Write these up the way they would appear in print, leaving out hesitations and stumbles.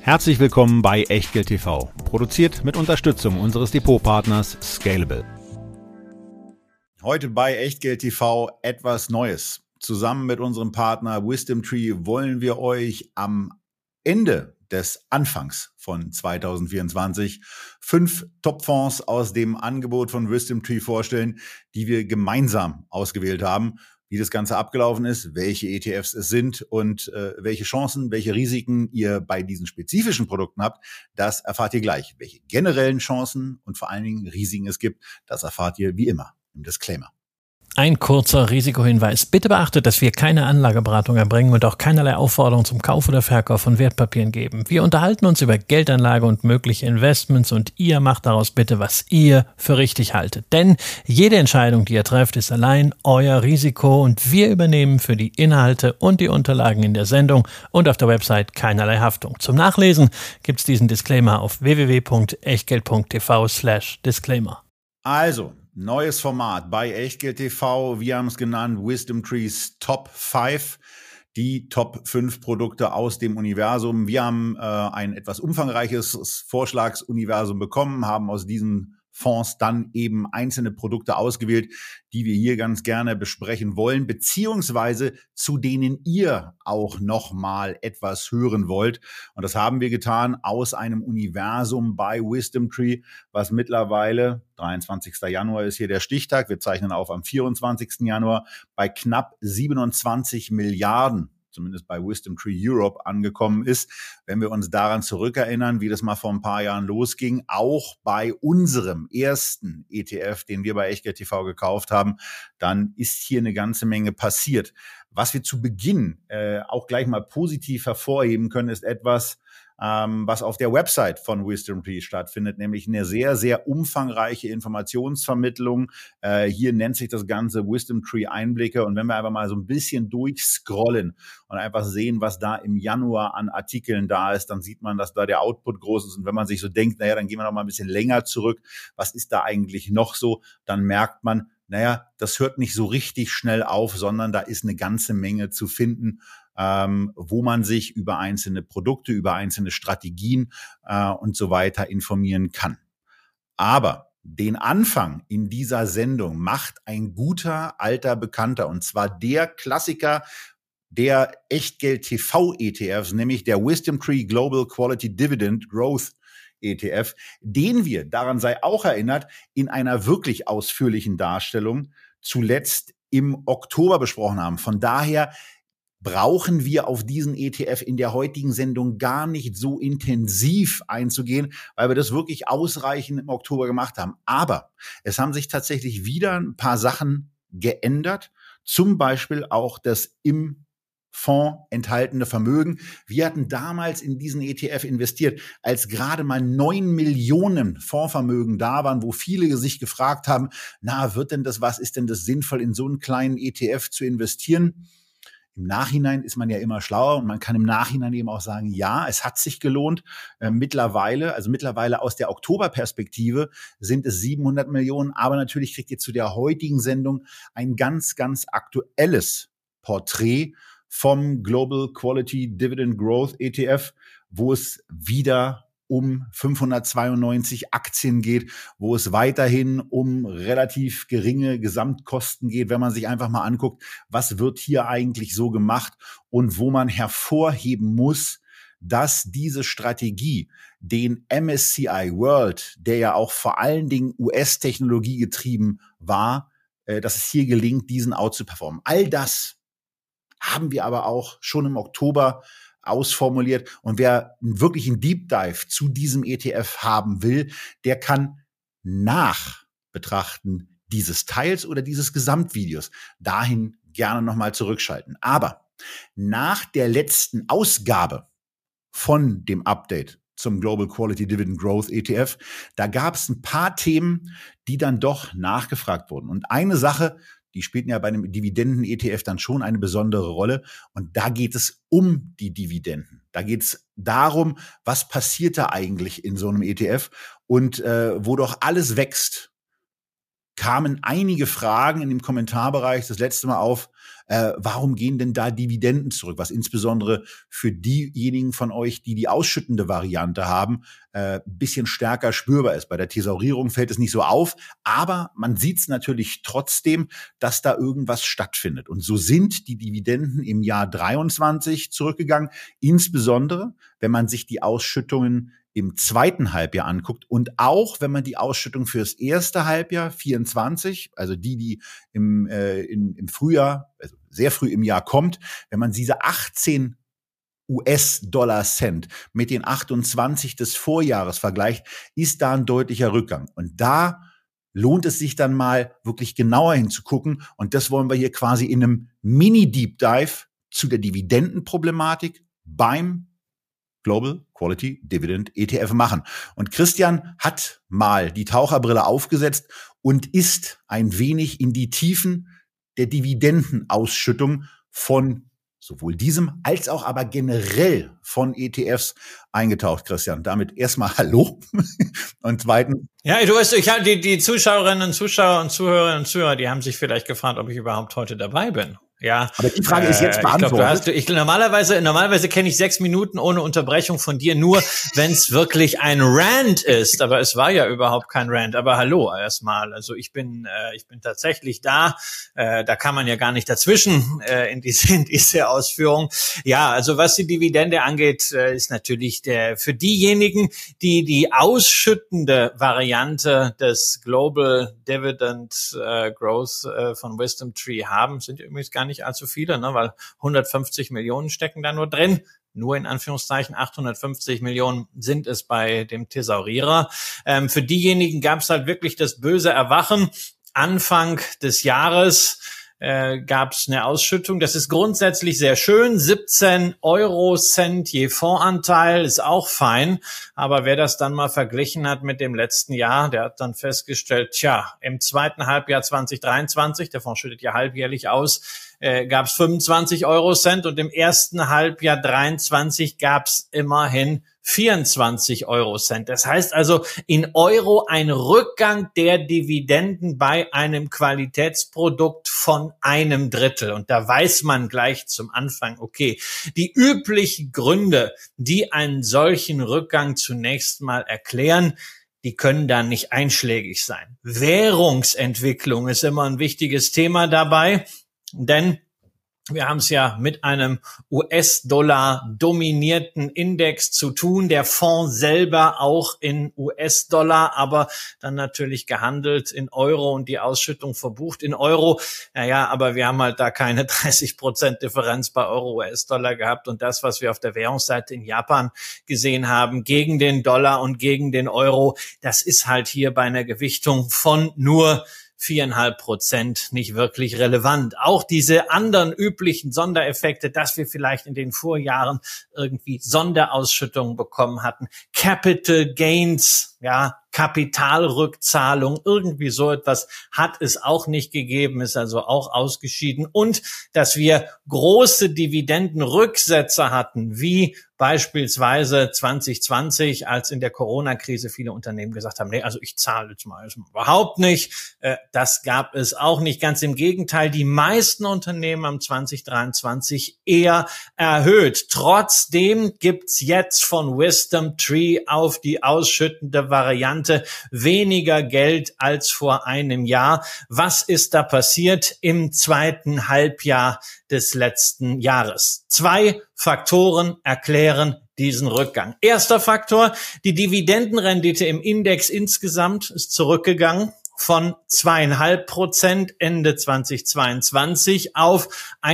Herzlich willkommen bei Echtgeld TV, produziert mit Unterstützung unseres Depotpartners Scalable. Heute bei Echtgeld TV etwas Neues. Zusammen mit unserem Partner WisdomTree wollen wir euch am Ende des Anfangs von 2024 5 Topfonds aus dem Angebot von WisdomTree vorstellen, die wir gemeinsam ausgewählt haben. Wie das Ganze abgelaufen ist, welche ETFs es sind und welche Chancen, welche Risiken ihr bei diesen spezifischen Produkten habt, das erfahrt ihr gleich. Welche generellen Chancen und vor allen Dingen Risiken es gibt, das erfahrt ihr wie immer im Disclaimer. Ein kurzer Risikohinweis. Bitte beachtet, dass wir keine Anlageberatung erbringen und auch keinerlei Aufforderung zum Kauf oder Verkauf von Wertpapieren geben. Wir unterhalten uns über Geldanlage und mögliche Investments und ihr macht daraus bitte, was ihr für richtig haltet. Denn jede Entscheidung, die ihr trefft, ist allein euer Risiko und wir übernehmen für die Inhalte und die Unterlagen in der Sendung und auf der Website keinerlei Haftung. Zum Nachlesen gibt's diesen Disclaimer auf www.echtgeld.tv/disclaimer. Also, neues Format bei Echtgeld TV. Wir haben es genannt WisdomTrees Top 5. Die Top 5 Produkte aus dem Universum. Wir haben ein etwas umfangreiches Vorschlagsuniversum bekommen, haben aus diesen Fonds dann eben einzelne Produkte ausgewählt, die wir hier ganz gerne besprechen wollen, beziehungsweise zu denen ihr auch nochmal etwas hören wollt. Und das haben wir getan aus einem Universum bei WisdomTree, was mittlerweile, 23. Januar ist hier der Stichtag, wir zeichnen auf am 24. Januar, bei knapp 27 Milliarden, zumindest bei WisdomTree Europe, angekommen ist. Wenn wir uns daran zurückerinnern, wie das mal vor ein paar Jahren losging, auch bei unserem ersten ETF, den wir bei Echtgeld TV gekauft haben, dann ist hier eine ganze Menge passiert. Was wir zu Beginn auch gleich mal positiv hervorheben können, ist etwas, was auf der Website von WisdomTree stattfindet, nämlich eine sehr, sehr umfangreiche Informationsvermittlung. Hier nennt sich das Ganze WisdomTree Einblicke. Und wenn wir einfach mal so ein bisschen durchscrollen und einfach sehen, was da im Januar an Artikeln da ist, dann sieht man, dass da der Output groß ist. Und wenn man sich so denkt, naja, dann gehen wir noch mal ein bisschen länger zurück. Was ist da eigentlich noch so? Dann merkt man, naja, das hört nicht so richtig schnell auf, sondern da ist eine ganze Menge zu finden, wo man sich über einzelne Produkte, über einzelne Strategien und so weiter informieren kann. Aber den Anfang in dieser Sendung macht ein guter alter Bekannter, und zwar der Klassiker der Echtgeld-TV-ETFs, nämlich der WisdomTree Global Quality Dividend Growth ETF, den wir, daran sei auch erinnert, in einer wirklich ausführlichen Darstellung zuletzt im Oktober besprochen haben. Von daher brauchen wir auf diesen ETF in der heutigen Sendung gar nicht so intensiv einzugehen, weil wir das wirklich ausreichend im Oktober gemacht haben. Aber es haben sich tatsächlich wieder ein paar Sachen geändert, zum Beispiel auch das im Fonds enthaltene Vermögen. Wir hatten damals in diesen ETF investiert, als gerade mal 9 Millionen Fondsvermögen da waren, wo viele sich gefragt haben, na, was ist denn das sinnvoll, in so einen kleinen ETF zu investieren? Im Nachhinein ist man ja immer schlauer und man kann im Nachhinein eben auch sagen, ja, es hat sich gelohnt. Mittlerweile aus der Oktoberperspektive sind es 700 Millionen, aber natürlich kriegt ihr zu der heutigen Sendung ein ganz, ganz aktuelles Porträt vom Global Quality Dividend Growth ETF, wo es wieder um 592 Aktien geht, wo es weiterhin um relativ geringe Gesamtkosten geht, wenn man sich einfach mal anguckt, was wird hier eigentlich so gemacht und wo man hervorheben muss, dass diese Strategie den MSCI World, der ja auch vor allen Dingen US-Technologie getrieben war, dass es hier gelingt, diesen out zu performen. All das haben wir aber auch schon im Oktober ausformuliert. Und wer wirklich einen Deep Dive zu diesem ETF haben will, der kann nach Betrachten dieses Teils oder dieses Gesamtvideos dahin gerne nochmal zurückschalten. Aber nach der letzten Ausgabe von dem Update zum Global Quality Dividend Growth ETF, da gab es ein paar Themen, die dann doch nachgefragt wurden. Und eine Sache, die spielten ja bei einem Dividenden-ETF dann schon eine besondere Rolle. Und da geht es um die Dividenden. Da geht es darum, was passiert da eigentlich in so einem ETF und wo doch alles wächst, kamen einige Fragen in dem Kommentarbereich das letzte Mal auf, Warum gehen denn da Dividenden zurück? Was insbesondere für diejenigen von euch, die die ausschüttende Variante haben, bisschen stärker spürbar ist. Bei der Thesaurierung fällt es nicht so auf, aber man sieht es natürlich trotzdem, dass da irgendwas stattfindet. Und so sind die Dividenden im Jahr 23 zurückgegangen, insbesondere wenn man sich die Ausschüttungen im zweiten Halbjahr anguckt und auch wenn man die Ausschüttung fürs erste Halbjahr 24, also die im Frühjahr, also sehr früh im Jahr kommt, wenn man diese 18 US-Dollar-Cent mit den 28 des Vorjahres vergleicht, ist da ein deutlicher Rückgang. Und da lohnt es sich dann mal wirklich genauer hinzugucken. Und das wollen wir hier quasi in einem Mini-Deep Dive zu der Dividendenproblematik beim Global Quality Dividend ETF machen. Und Christian hat mal die Taucherbrille aufgesetzt und ist ein wenig in die Tiefen der Dividendenausschüttung von sowohl diesem als auch aber generell von ETFs eingetaucht, Christian. Damit erstmal Hallo. Und zweitens. Ja, du weißt, ich habe die Zuschauerinnen und Zuschauer und Zuhörerinnen und Zuhörer, die haben sich vielleicht gefragt, ob ich überhaupt heute dabei bin. Ja, aber die Frage ist jetzt beantwortet. Normalerweise kenne ich 6 Minuten ohne Unterbrechung von dir, nur wenn es wirklich ein Rant ist. Aber es war ja überhaupt kein Rant. Aber hallo erstmal. Also ich bin tatsächlich da. Da kann man ja gar nicht dazwischen in diese Ausführung. Ja, also was die Dividende angeht, ist natürlich für diejenigen, die die ausschüttende Variante des Global Dividend Growth von Wisdom Tree haben, sind übrigens gar nicht allzu viele, ne, weil 150 Millionen stecken da nur drin. Nur in Anführungszeichen 850 Millionen sind es bei dem Thesaurierer. Für diejenigen gab es halt wirklich das böse Erwachen. Anfang des Jahres gab es eine Ausschüttung. Das ist grundsätzlich sehr schön. 17 Euro-Cent je Fondsanteil ist auch fein. Aber wer das dann mal verglichen hat mit dem letzten Jahr, der hat dann festgestellt, im zweiten Halbjahr 2023, der Fonds schüttet ja halbjährlich aus, gab es 25 Euro-Cent und im ersten Halbjahr 23 gab es immerhin 24 Euro-Cent. Das heißt also in Euro ein Rückgang der Dividenden bei einem Qualitätsprodukt von 1/3. Und da weiß man gleich zum Anfang, okay, die üblichen Gründe, die einen solchen Rückgang zunächst mal erklären, die können dann nicht einschlägig sein. Währungsentwicklung ist immer ein wichtiges Thema dabei, denn wir haben es ja mit einem US-Dollar-dominierten Index zu tun. Der Fonds selber auch in US-Dollar, aber dann natürlich gehandelt in Euro und die Ausschüttung verbucht in Euro. Naja, aber wir haben halt da keine 30% Differenz bei Euro-US-Dollar gehabt. Und das, was wir auf der Währungsseite in Japan gesehen haben, gegen den Dollar und gegen den Euro, das ist halt hier bei einer Gewichtung von nur 4,5% nicht wirklich relevant. Auch diese anderen üblichen Sondereffekte, dass wir vielleicht in den Vorjahren irgendwie Sonderausschüttungen bekommen hatten, Capital Gains, Kapitalrückzahlung, irgendwie so etwas hat es auch nicht gegeben, ist also auch ausgeschieden. Und dass wir große Dividendenrücksätze hatten, wie beispielsweise 2020, als in der Corona-Krise viele Unternehmen gesagt haben, nee, also ich zahle jetzt mal überhaupt nicht. Das gab es auch nicht. Ganz im Gegenteil, die meisten Unternehmen haben 2023 eher erhöht. Trotzdem gibt's jetzt von Wisdom Tree auf die ausschüttende Variante weniger Geld als vor einem Jahr. Was ist da passiert im zweiten Halbjahr des letzten Jahres? 2 Faktoren erklären diesen Rückgang. Erster Faktor, die Dividendenrendite im Index insgesamt ist zurückgegangen von 2,5% Ende 2022 auf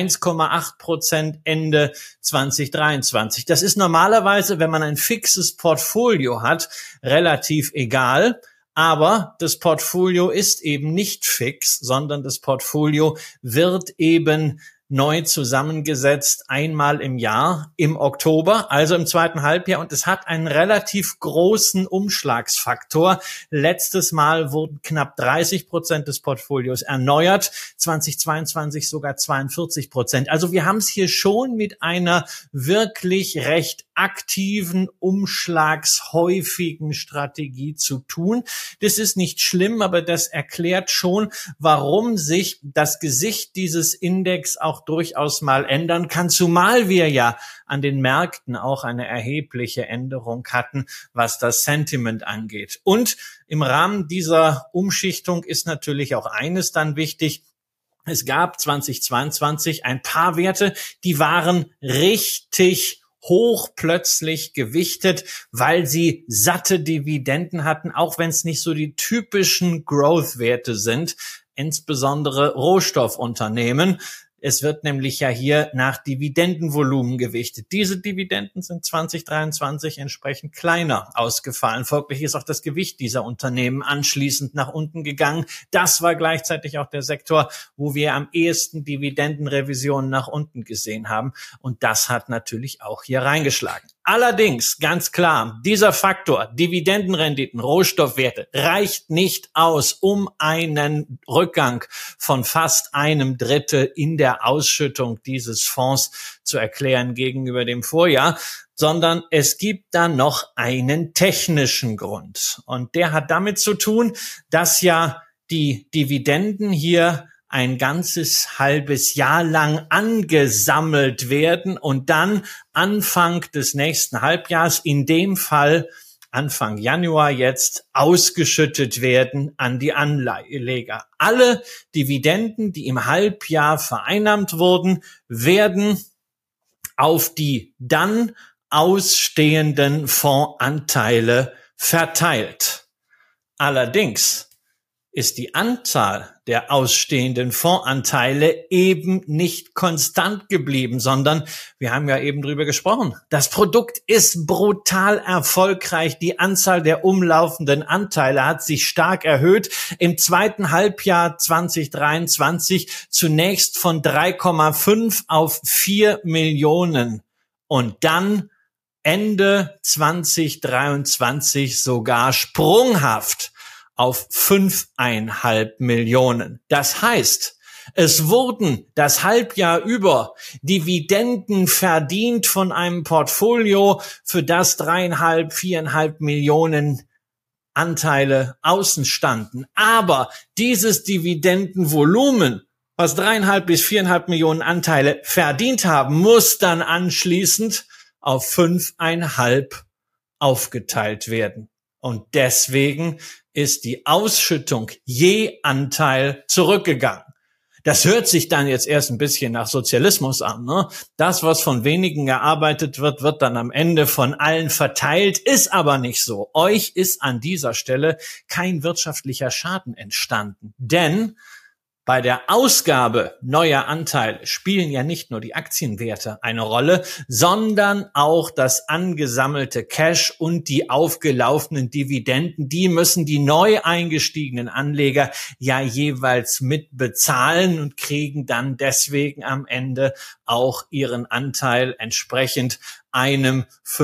1,8% Ende 2023. Das ist normalerweise, wenn man ein fixes Portfolio hat, relativ egal. Aber das Portfolio ist eben nicht fix, sondern das Portfolio wird eben neu zusammengesetzt, einmal im Jahr, im Oktober, also im zweiten Halbjahr. Und es hat einen relativ großen Umschlagsfaktor. Letztes Mal wurden knapp 30% des Portfolios erneuert, 2022 sogar 42%. Also wir haben es hier schon mit einer wirklich recht aktiven, umschlagshäufigen Strategie zu tun. Das ist nicht schlimm, aber das erklärt schon, warum sich das Gesicht dieses Index auch auch durchaus mal ändern kann, zumal wir ja an den Märkten auch eine erhebliche Änderung hatten, was das Sentiment angeht. Und im Rahmen dieser Umschichtung ist natürlich auch eines dann wichtig: Es gab 2022 ein paar Werte, die waren richtig hoch plötzlich gewichtet, weil sie satte Dividenden hatten, auch wenn es nicht so die typischen Growth-Werte sind, insbesondere Rohstoffunternehmen. Es wird nämlich ja hier nach Dividendenvolumen gewichtet. Diese Dividenden sind 2023 entsprechend kleiner ausgefallen. Folglich ist auch das Gewicht dieser Unternehmen anschließend nach unten gegangen. Das war gleichzeitig auch der Sektor, wo wir am ehesten Dividendenrevisionen nach unten gesehen haben. Und das hat natürlich auch hier reingeschlagen. Allerdings, ganz klar, dieser Faktor, Dividendenrenditen, Rohstoffwerte, reicht nicht aus, um einen Rückgang von fast 1/3 in der Ausschüttung dieses Fonds zu erklären gegenüber dem Vorjahr, sondern es gibt da noch einen technischen Grund. Und der hat damit zu tun, dass ja die Dividenden hier ein ganzes halbes Jahr lang angesammelt werden und dann Anfang des nächsten Halbjahres, in dem Fall Anfang Januar jetzt, ausgeschüttet werden an die Anleger. Alle Dividenden, die im Halbjahr vereinnahmt wurden, werden auf die dann ausstehenden Fondsanteile verteilt. Allerdings ist die Anzahl der ausstehenden Fondsanteile eben nicht konstant geblieben, sondern wir haben ja eben drüber gesprochen. Das Produkt ist brutal erfolgreich. Die Anzahl der umlaufenden Anteile hat sich stark erhöht. Im zweiten Halbjahr 2023 zunächst von 3,5 auf 4 Millionen und dann Ende 2023 sogar sprunghaft auf 5,5 Millionen. Das heißt, es wurden das Halbjahr über Dividenden verdient von einem Portfolio, für das 3,5, 4,5 Millionen Anteile außen standen. Aber dieses Dividendenvolumen, was 3,5 bis 4,5 Millionen Anteile verdient haben, muss dann anschließend auf 5,5 aufgeteilt werden. Und deswegen ist die Ausschüttung je Anteil zurückgegangen. Das hört sich dann jetzt erst ein bisschen nach Sozialismus an, ne? Das, was von wenigen erarbeitet wird, wird dann am Ende von allen verteilt, ist aber nicht so. Euch ist an dieser Stelle kein wirtschaftlicher Schaden entstanden, denn bei der Ausgabe neuer Anteile spielen ja nicht nur die Aktienwerte eine Rolle, sondern auch das angesammelte Cash und die aufgelaufenen Dividenden. Die müssen die neu eingestiegenen Anleger ja jeweils mit bezahlen und kriegen dann deswegen am Ende auch ihren Anteil entsprechend einem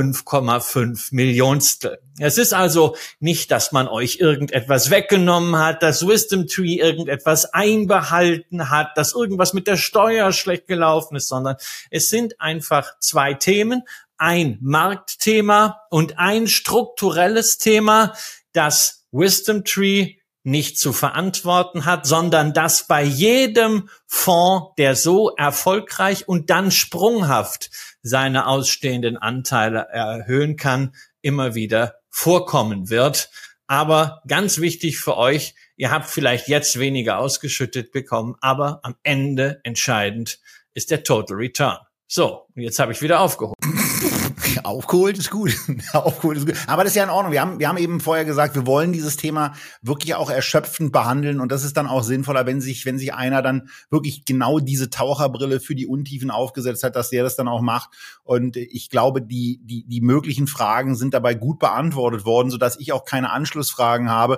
5,5 Millionstel. Es ist also nicht, dass man euch irgendetwas weggenommen hat, dass Wisdom Tree irgendetwas einbehalten hat, dass irgendwas mit der Steuer schlecht gelaufen ist, sondern es sind einfach zwei Themen, ein Marktthema und ein strukturelles Thema, das Wisdom Tree nicht zu verantworten hat, sondern dass bei jedem Fonds, der so erfolgreich und dann sprunghaft seine ausstehenden Anteile erhöhen kann, immer wieder vorkommen wird. Aber ganz wichtig für euch, ihr habt vielleicht jetzt weniger ausgeschüttet bekommen, aber am Ende entscheidend ist der Total Return. So, jetzt habe ich wieder aufgeholt. Aufgeholt ist gut. Aufgeholt ist gut. Aber das ist ja in Ordnung. Wir haben eben vorher gesagt, wir wollen dieses Thema wirklich auch erschöpfend behandeln. Und das ist dann auch sinnvoller, wenn sich einer dann wirklich genau diese Taucherbrille für die Untiefen aufgesetzt hat, dass der das dann auch macht. Und ich glaube, die möglichen Fragen sind dabei gut beantwortet worden, sodass ich auch keine Anschlussfragen habe.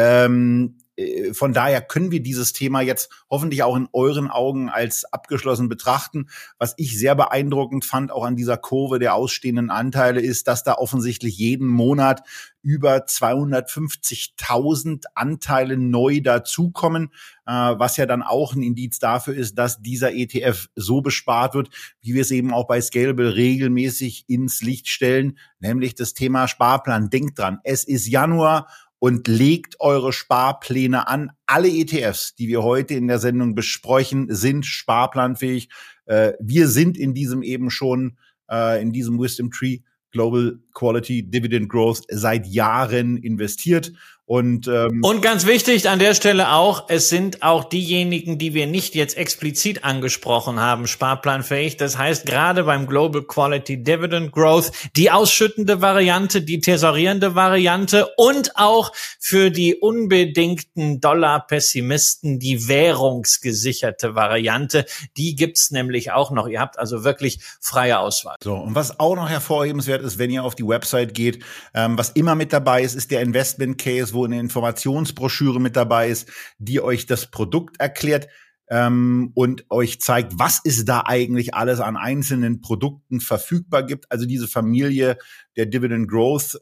Von daher können wir dieses Thema jetzt hoffentlich auch in euren Augen als abgeschlossen betrachten. Was ich sehr beeindruckend fand, auch an dieser Kurve der ausstehenden Anteile, ist, dass da offensichtlich jeden Monat über 250.000 Anteile neu dazukommen, was ja dann auch ein Indiz dafür ist, dass dieser ETF so bespart wird, wie wir es eben auch bei Scalable regelmäßig ins Licht stellen, nämlich das Thema Sparplan. Denkt dran, es ist Januar. und legt eure Sparpläne an. Alle ETFs, die wir heute in der Sendung besprechen, sind sparplanfähig. Wir sind in diesem eben schon, in diesem Wisdom Tree Global Quality Dividend Growth seit Jahren investiert. Und ganz wichtig an der Stelle auch, es sind auch diejenigen, die wir nicht jetzt explizit angesprochen haben, sparplanfähig. Das heißt, gerade beim Global Quality Dividend Growth, die ausschüttende Variante, die tesorierende Variante und auch für die unbedingten Dollar-Pessimisten die währungsgesicherte Variante, die gibt's nämlich auch noch. Ihr habt also wirklich freie Auswahl. So, und was auch noch hervorhebenswert ist, wenn ihr auf die Website geht, was immer mit dabei ist, ist der Investment Case, wo eine Informationsbroschüre mit dabei ist, die euch das Produkt erklärt und euch zeigt, was es da eigentlich alles an einzelnen Produkten verfügbar gibt. Also diese Familie der Dividend Growth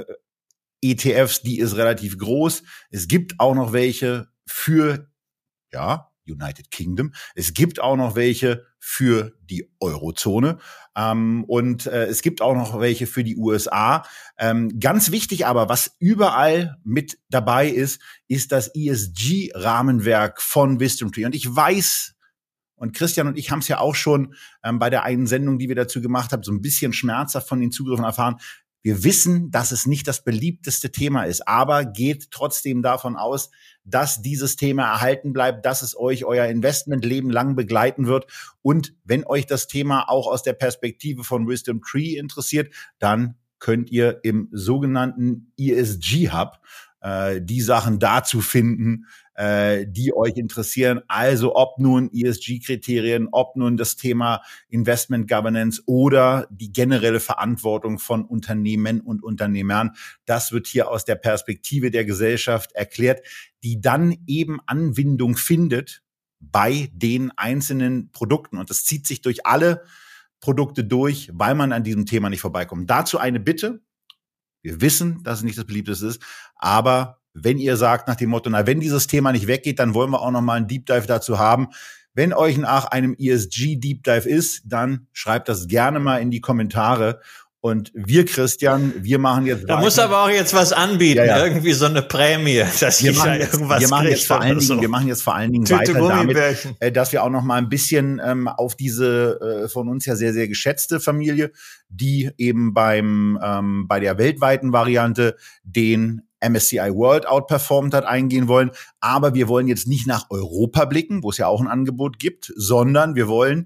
ETFs, die ist relativ groß. Es gibt auch noch welche für, United Kingdom. Es gibt auch noch welche für die Eurozone und es gibt auch noch welche für die USA. Ganz wichtig aber, was überall mit dabei ist, ist das ESG-Rahmenwerk von Wisdom Tree. Und ich weiß, und Christian und ich haben es ja auch schon bei der einen Sendung, die wir dazu gemacht haben, so ein bisschen schmerzhaft von den Zugriffen erfahren. Wir wissen, dass es nicht das beliebteste Thema ist, aber geht trotzdem davon aus, dass dieses Thema erhalten bleibt, dass es euch euer Investmentleben lang begleiten wird. Und wenn euch das Thema auch aus der Perspektive von Wisdom Tree interessiert, dann könnt ihr im sogenannten ESG Hub die Sachen dazu finden, die euch interessieren. Also ob nun ESG-Kriterien, ob nun das Thema Investment Governance oder die generelle Verantwortung von Unternehmen und Unternehmern. Das wird hier aus der Perspektive der Gesellschaft erklärt, die dann eben Anwendung findet bei den einzelnen Produkten. Und das zieht sich durch alle Produkte durch, weil man an diesem Thema nicht vorbeikommt. Dazu eine Bitte. Wir wissen, dass es nicht das beliebteste ist, aber wenn ihr sagt nach dem Motto, na, wenn dieses Thema nicht weggeht, dann wollen wir auch noch mal einen Deep Dive dazu haben. Wenn euch nach einem ESG Deep Dive ist, dann schreibt das gerne mal in die Kommentare. Und wir, Christian, wir machen jetzt Da muss aber auch jetzt was anbieten, irgendwie so eine Prämie, dass wir machen jetzt vor allen Dingen weiter damit, dass wir auch noch mal ein bisschen auf diese von uns ja sehr, sehr geschätzte Familie, die eben bei der weltweiten Variante den MSCI World outperformed hat, eingehen wollen. Aber wir wollen jetzt nicht nach Europa blicken, wo es ja auch ein Angebot gibt, sondern wir wollen,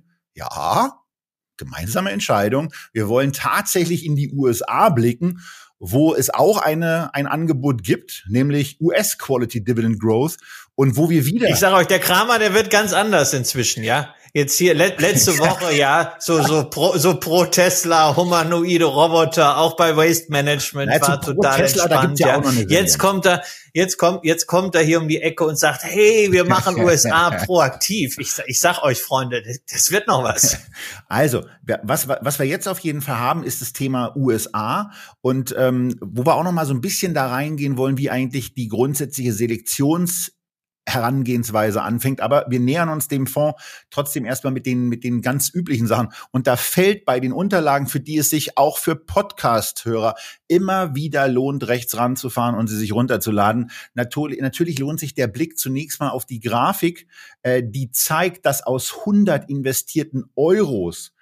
gemeinsame Entscheidung. Wir wollen tatsächlich in die USA blicken, wo es auch ein Angebot gibt, nämlich US Quality Dividend Growth und wo wir wieder... Ich sage euch, der Kramer, der wird ganz anders inzwischen, ja. Jetzt hier letzte Woche, so pro Tesla, humanoide Roboter, auch bei Waste Management war total Tesla, entspannt. Ja. Jetzt kommt er hier um die Ecke und sagt, hey, wir machen USA proaktiv. Ich sag euch, Freunde, das wird noch was. Also, was wir jetzt auf jeden Fall haben, ist das Thema USA und wo wir auch noch mal so ein bisschen da reingehen wollen, wie eigentlich die grundsätzliche Herangehensweise anfängt, aber wir nähern uns dem Fonds trotzdem erstmal mit den ganz üblichen Sachen. Und da fällt bei den Unterlagen, für die es sich auch für Podcast-Hörer immer wieder lohnt, rechts ranzufahren und sie sich runterzuladen. Natürlich lohnt sich der Blick zunächst mal auf die Grafik, die zeigt, dass aus 100 investierten Euros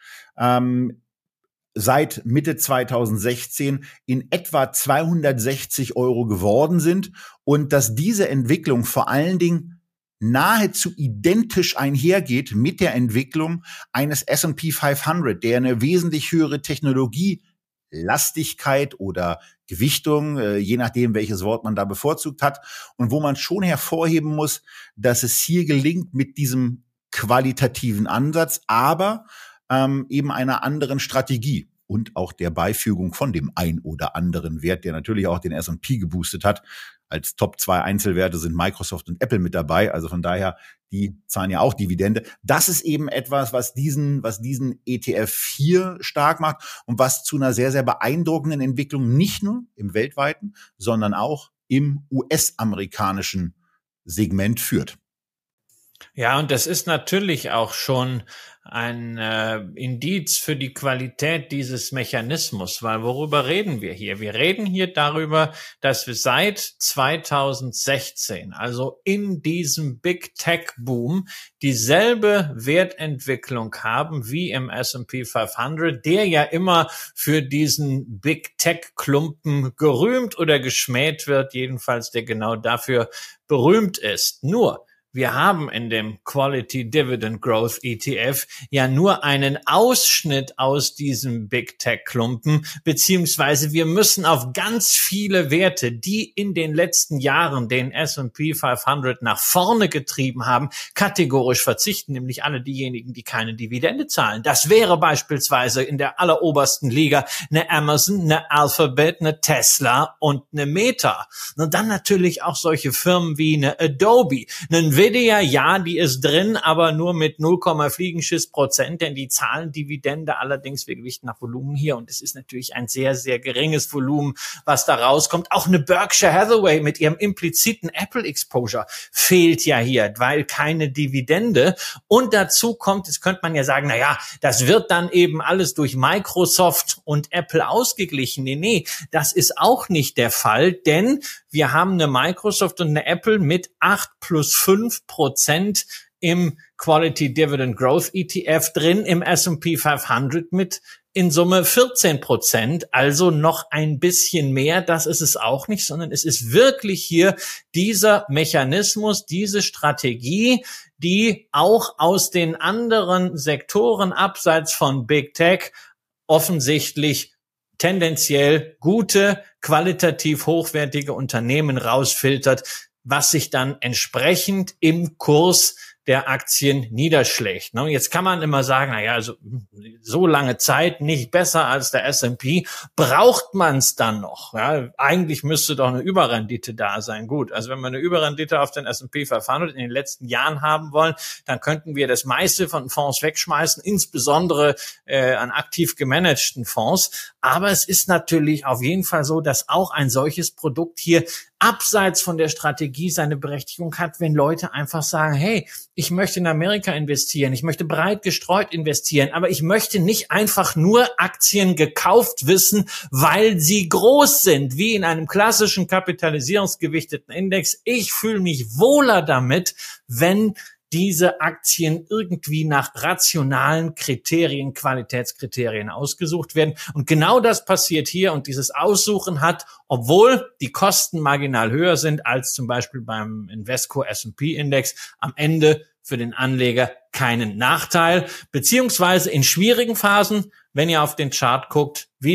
seit Mitte 2016 in etwa 260 Euro geworden sind und dass diese Entwicklung vor allen Dingen nahezu identisch einhergeht mit der Entwicklung eines S&P 500, der eine wesentlich höhere Technologielastigkeit oder Gewichtung, je nachdem, welches Wort man da bevorzugt hat, und wo man schon hervorheben muss, dass es hier gelingt mit diesem qualitativen Ansatz, aber eben einer anderen Strategie und auch der Beifügung von dem ein oder anderen Wert, der natürlich auch den S&P geboostet hat. Als Top 2 Einzelwerte sind Microsoft und Apple mit dabei, also von daher, die zahlen ja auch Dividende. Das ist eben etwas, was diesen ETF hier stark macht und was zu einer sehr, sehr beeindruckenden Entwicklung nicht nur im weltweiten, sondern auch im US-amerikanischen Segment führt. Ja, und das ist natürlich auch schon Indiz für die Qualität dieses Mechanismus, weil worüber reden wir hier? Wir reden hier darüber, dass wir seit 2016, also in diesem Big Tech Boom, dieselbe Wertentwicklung haben wie im S&P 500, der ja immer für diesen Big Tech Klumpen gerühmt oder geschmäht wird, jedenfalls der genau dafür berühmt ist. Nur, wir haben in dem Quality Dividend Growth ETF ja nur einen Ausschnitt aus diesem Big Tech Klumpen, beziehungsweise wir müssen auf ganz viele Werte, die in den letzten Jahren den S&P 500 nach vorne getrieben haben, kategorisch verzichten, nämlich alle diejenigen, die keine Dividende zahlen. Das wäre beispielsweise in der allerobersten Liga eine Amazon, eine Alphabet, eine Tesla und eine Meta. Und dann natürlich auch solche Firmen wie eine Adobe, eine Nvidia, ja, die ist drin, aber nur mit 0, Fliegenschiss%, denn die zahlen Dividende, allerdings wir gewichten nach Volumen hier und es ist natürlich ein sehr, sehr geringes Volumen, was da rauskommt. Auch eine Berkshire Hathaway mit ihrem impliziten Apple Exposure fehlt ja hier, weil keine Dividende. Und dazu kommt, jetzt könnte man ja sagen, na ja, das wird dann eben alles durch Microsoft und Apple ausgeglichen. Nee, das ist auch nicht der Fall, denn wir haben eine Microsoft und eine Apple mit 8+5% im Quality Dividend Growth ETF drin, im S&P 500 mit in Summe 14%, also noch ein bisschen mehr. Das ist es auch nicht, sondern es ist wirklich hier dieser Mechanismus, diese Strategie, die auch aus den anderen Sektoren abseits von Big Tech offensichtlich tendenziell gute, qualitativ hochwertige Unternehmen rausfiltert, was sich dann entsprechend im Kurs der Aktien niederschlägt. Jetzt kann man immer sagen, naja, also so lange Zeit nicht besser als der S&P, braucht man es dann noch? Ja, eigentlich müsste doch eine Überrendite da sein. Gut, also wenn wir eine Überrendite auf den S&P 500 in den letzten Jahren haben wollen, dann könnten wir das meiste von Fonds wegschmeißen, insbesondere an aktiv gemanagten Fonds. Aber es ist natürlich auf jeden Fall so, dass auch ein solches Produkt hier abseits von der Strategie seine Berechtigung hat, wenn Leute einfach sagen, hey, ich möchte in Amerika investieren, ich möchte breit gestreut investieren, aber ich möchte nicht einfach nur Aktien gekauft wissen, weil sie groß sind, wie in einem klassischen kapitalisierungsgewichteten Index. Ich fühle mich wohler damit, wenn diese Aktien irgendwie nach rationalen Kriterien, Qualitätskriterien ausgesucht werden. Und genau das passiert hier und dieses Aussuchen hat, obwohl die Kosten marginal höher sind als zum Beispiel beim Invesco S&P Index, am Ende für den Anleger keinen Nachteil, beziehungsweise in schwierigen Phasen, wenn ihr auf den Chart guckt, wie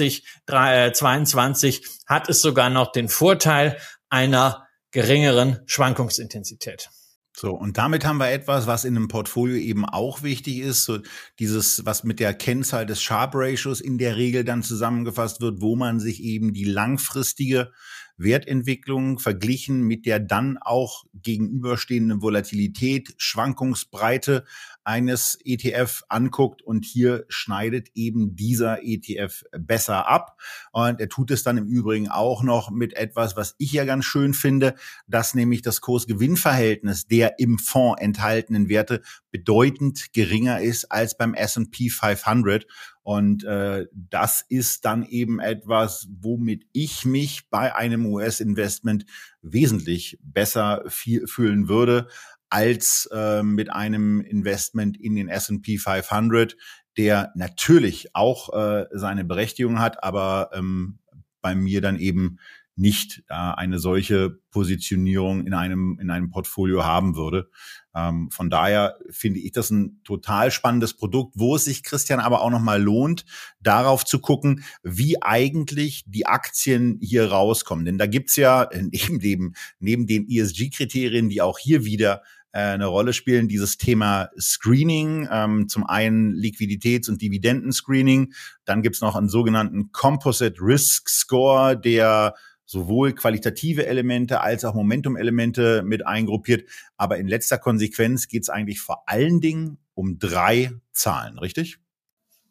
2022, hat es sogar noch den Vorteil einer geringeren Schwankungsintensität. So, und damit haben wir etwas, was in einem Portfolio eben auch wichtig ist, so dieses, was mit der Kennzahl des Sharpe Ratios in der Regel dann zusammengefasst wird, wo man sich eben die langfristige Wertentwicklung verglichen mit der dann auch gegenüberstehenden Volatilität, Schwankungsbreite eines ETF anguckt, und hier schneidet eben dieser ETF besser ab, und er tut es dann im Übrigen auch noch mit etwas, was ich ja ganz schön finde, dass nämlich das Kurs-Gewinn-Verhältnis der im Fonds enthaltenen Werte bedeutend geringer ist als beim S&P 500. Und das ist dann eben etwas, womit ich mich bei einem US-Investment wesentlich besser fühlen würde, als mit einem Investment in den S&P 500, der natürlich auch seine Berechtigung hat, aber bei mir dann eben nicht eine solche Positionierung in einem Portfolio haben würde. Von daher finde ich das ein total spannendes Produkt, wo es sich, Christian, aber auch nochmal lohnt, darauf zu gucken, wie eigentlich die Aktien hier rauskommen. Denn da gibt's ja neben den ESG-Kriterien, die auch hier wieder eine Rolle spielen, dieses Thema Screening, zum einen Liquiditäts- und Dividendenscreening, dann gibt's noch einen sogenannten Composite Risk Score, der sowohl qualitative Elemente als auch Momentum-Elemente mit eingruppiert. Aber in letzter Konsequenz geht es eigentlich vor allen Dingen um 3 Zahlen, richtig?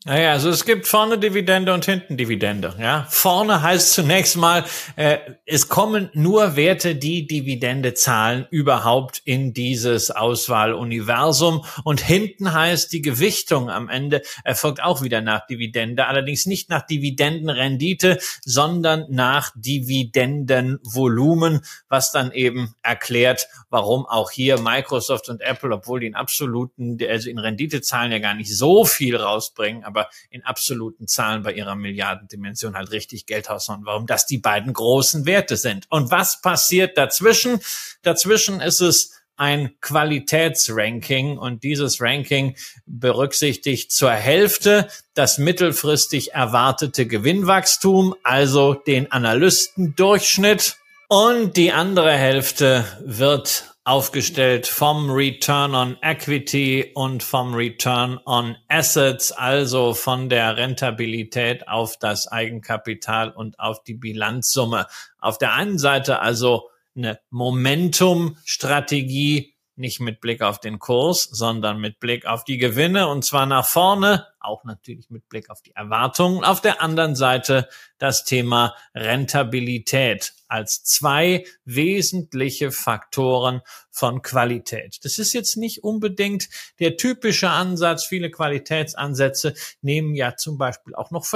Naja, also es gibt vorne Dividende und hinten Dividende. Ja, vorne heißt zunächst mal, es kommen nur Werte, die Dividende zahlen, überhaupt in dieses Auswahluniversum. Und hinten heißt, die Gewichtung am Ende erfolgt auch wieder nach Dividende, allerdings nicht nach Dividendenrendite, sondern nach Dividendenvolumen, was dann eben erklärt, warum auch hier Microsoft und Apple, obwohl die in absoluten, also in Renditezahlen ja gar nicht so viel rausbringen, aber in absoluten Zahlen bei ihrer Milliardendimension halt richtig Geld haushauen. Warum das die beiden großen Werte sind. Und was passiert dazwischen? Dazwischen ist es ein Qualitätsranking und dieses Ranking berücksichtigt zur Hälfte das mittelfristig erwartete Gewinnwachstum, also den Analystendurchschnitt, und die andere Hälfte wird aufgestellt vom Return on Equity und vom Return on Assets, also von der Rentabilität auf das Eigenkapital und auf die Bilanzsumme. Auf der einen Seite also eine Momentum-Strategie, nicht mit Blick auf den Kurs, sondern mit Blick auf die Gewinne, und zwar nach vorne, auch natürlich mit Blick auf die Erwartungen. Auf der anderen Seite das Thema Rentabilität als zwei wesentliche Faktoren von Qualität. Das ist jetzt nicht unbedingt der typische Ansatz. Viele Qualitätsansätze nehmen ja zum Beispiel auch noch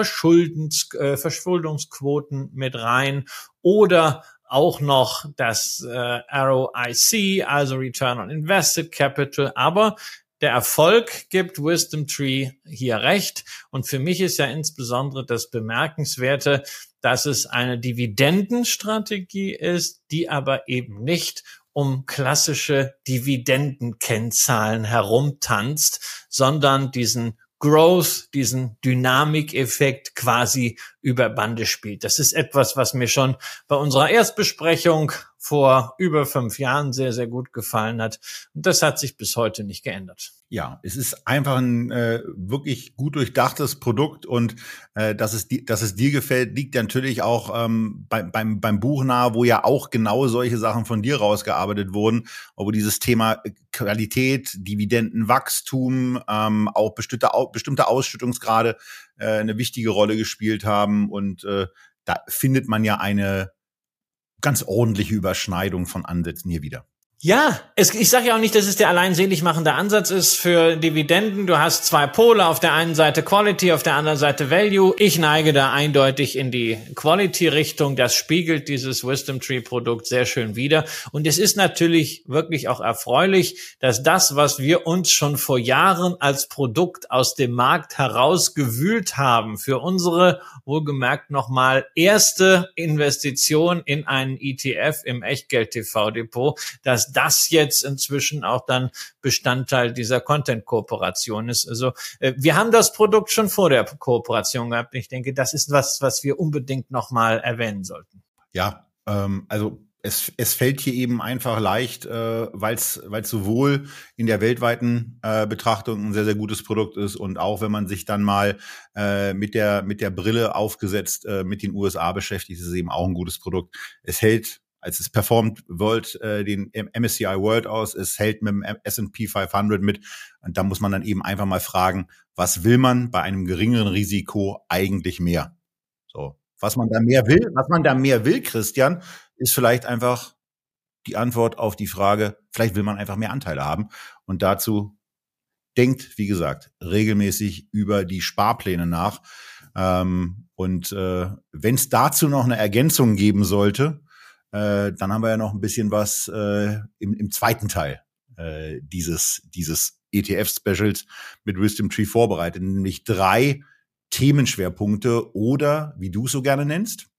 Verschuldungsquoten mit rein oder auch noch das ROIC, also Return on Invested Capital, aber der Erfolg gibt WisdomTree hier recht. Und für mich ist ja insbesondere das Bemerkenswerte, dass es eine Dividendenstrategie ist, die aber eben nicht um klassische Dividendenkennzahlen herumtanzt, sondern diesen Growth, diesen Dynamikeffekt quasi über Bande spielt. Das ist etwas, was mir schon bei unserer Erstbesprechung vor über 5 Jahren sehr, sehr gut gefallen hat. Und das hat sich bis heute nicht geändert. Ja, es ist einfach ein wirklich gut durchdachtes Produkt und dass es dir gefällt, liegt natürlich auch beim Buch nahe, wo ja auch genau solche Sachen von dir rausgearbeitet wurden, wo dieses Thema Qualität, Dividendenwachstum, auch bestimmte Ausschüttungsgrade eine wichtige Rolle gespielt haben, und da findet man ja eine ganz ordentliche Überschneidung von Ansätzen hier wieder. Ja, ich sage ja auch nicht, dass es der allein selig machende Ansatz ist für Dividenden. Du hast zwei Pole, auf der einen Seite Quality, auf der anderen Seite Value. Ich neige da eindeutig in die Quality-Richtung. Das spiegelt dieses WisdomTree-Produkt sehr schön wider. Und es ist natürlich wirklich auch erfreulich, dass das, was wir uns schon vor Jahren als Produkt aus dem Markt herausgewühlt haben, für unsere wohlgemerkt nochmal erste Investition in einen ETF im Echtgeld-TV-Depot, dass das jetzt inzwischen auch dann Bestandteil dieser Content-Kooperation ist. Also wir haben das Produkt schon vor der Kooperation gehabt. Ich denke, das ist was wir unbedingt nochmal erwähnen sollten. Ja, also es fällt hier eben einfach leicht, weil es sowohl in der weltweiten Betrachtung ein sehr, sehr gutes Produkt ist, und auch wenn man sich dann mal mit der Brille aufgesetzt mit den USA beschäftigt, ist es eben auch ein gutes Produkt. Es hält, als es performt World, den MSCI World aus, es hält mit dem S&P 500 mit, und da muss man dann eben einfach mal fragen, was will man bei einem geringeren Risiko eigentlich mehr? So, was man da mehr will, Christian, ist vielleicht einfach die Antwort auf die Frage, vielleicht will man einfach mehr Anteile haben, und dazu denkt, wie gesagt, regelmäßig über die Sparpläne nach, und wenn es dazu noch eine Ergänzung geben sollte, dann haben wir ja noch ein bisschen was im zweiten Teil dieses ETF-Specials mit WisdomTree vorbereitet, nämlich 3 Themenschwerpunkte oder, wie du es so gerne nennst,